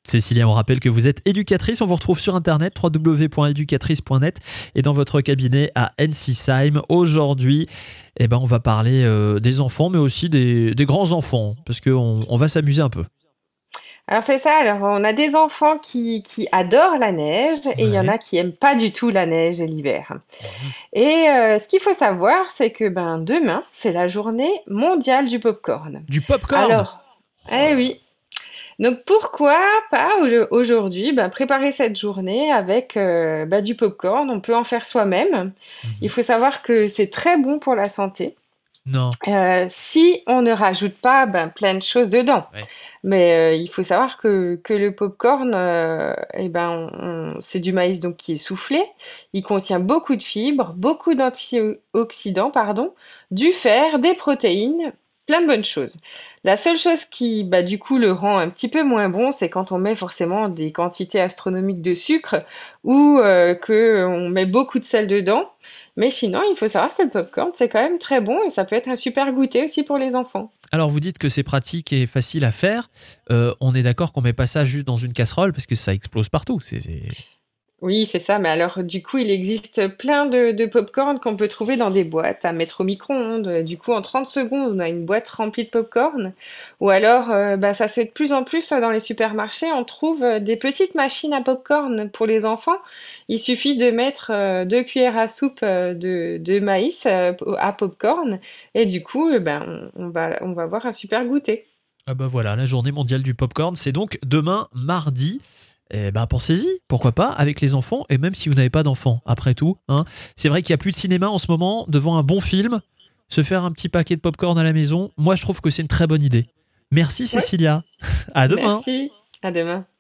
Cécilia, on rappelle que vous êtes éducatrice. On vous retrouve sur internet www.educatrice.net et dans votre cabinet à Ensisheim. Aujourd'hui, on va parler des enfants, mais aussi des grands-enfants, parce qu'on va s'amuser un peu. Alors c'est ça, alors on a des enfants qui adorent la neige et il y en Ouais. a qui aiment pas du tout la neige et l'hiver. Mhm. Et ce qu'il faut savoir, c'est que demain, c'est la journée mondiale du popcorn. Du popcorn. Alors, Oh eh là là. oui, donc pourquoi pas aujourd'hui préparer cette journée avec du popcorn, on peut en faire soi-même. Il Mhm. faut savoir que c'est très bon pour la santé. Non. Si on ne rajoute pas plein de choses dedans. Ouais. Mais il faut savoir que le popcorn, c'est du maïs donc qui est soufflé. Il contient beaucoup de fibres, beaucoup d'antioxydants, pardon, du fer, des protéines, plein de bonnes choses. La seule chose qui, du coup, le rend un petit peu moins bon, c'est quand on met forcément des quantités astronomiques de sucre ou que on met beaucoup de sel dedans. Mais sinon, il faut savoir que le popcorn, c'est quand même très bon et ça peut être un super goûter aussi pour les enfants. Alors, vous dites que c'est pratique et facile à faire. On est d'accord qu'on met pas ça juste dans une casserole parce que ça explose partout. Oui, c'est ça. Mais alors, du coup, il existe plein de pop-corn qu'on peut trouver dans des boîtes à mettre au micro-ondes. Du coup, en 30 secondes, on a une boîte remplie de pop-corn. Ou alors, ça se fait de plus en plus dans les supermarchés. On trouve des petites machines à pop-corn pour les enfants. Il suffit de mettre 2 cuillères à soupe de maïs à pop-corn. Et du coup, on va avoir un super goûter. Ah bah voilà, la journée mondiale du popcorn, c'est donc demain mardi. Pensez-y, pourquoi pas, avec les enfants, et même si vous n'avez pas d'enfants, après tout. Hein. C'est vrai qu'il n'y a plus de cinéma en ce moment, devant un bon film, se faire un petit paquet de popcorn à la maison, moi je trouve que c'est une très bonne idée. Merci Oui, Cécilia, à demain. merci. À demain.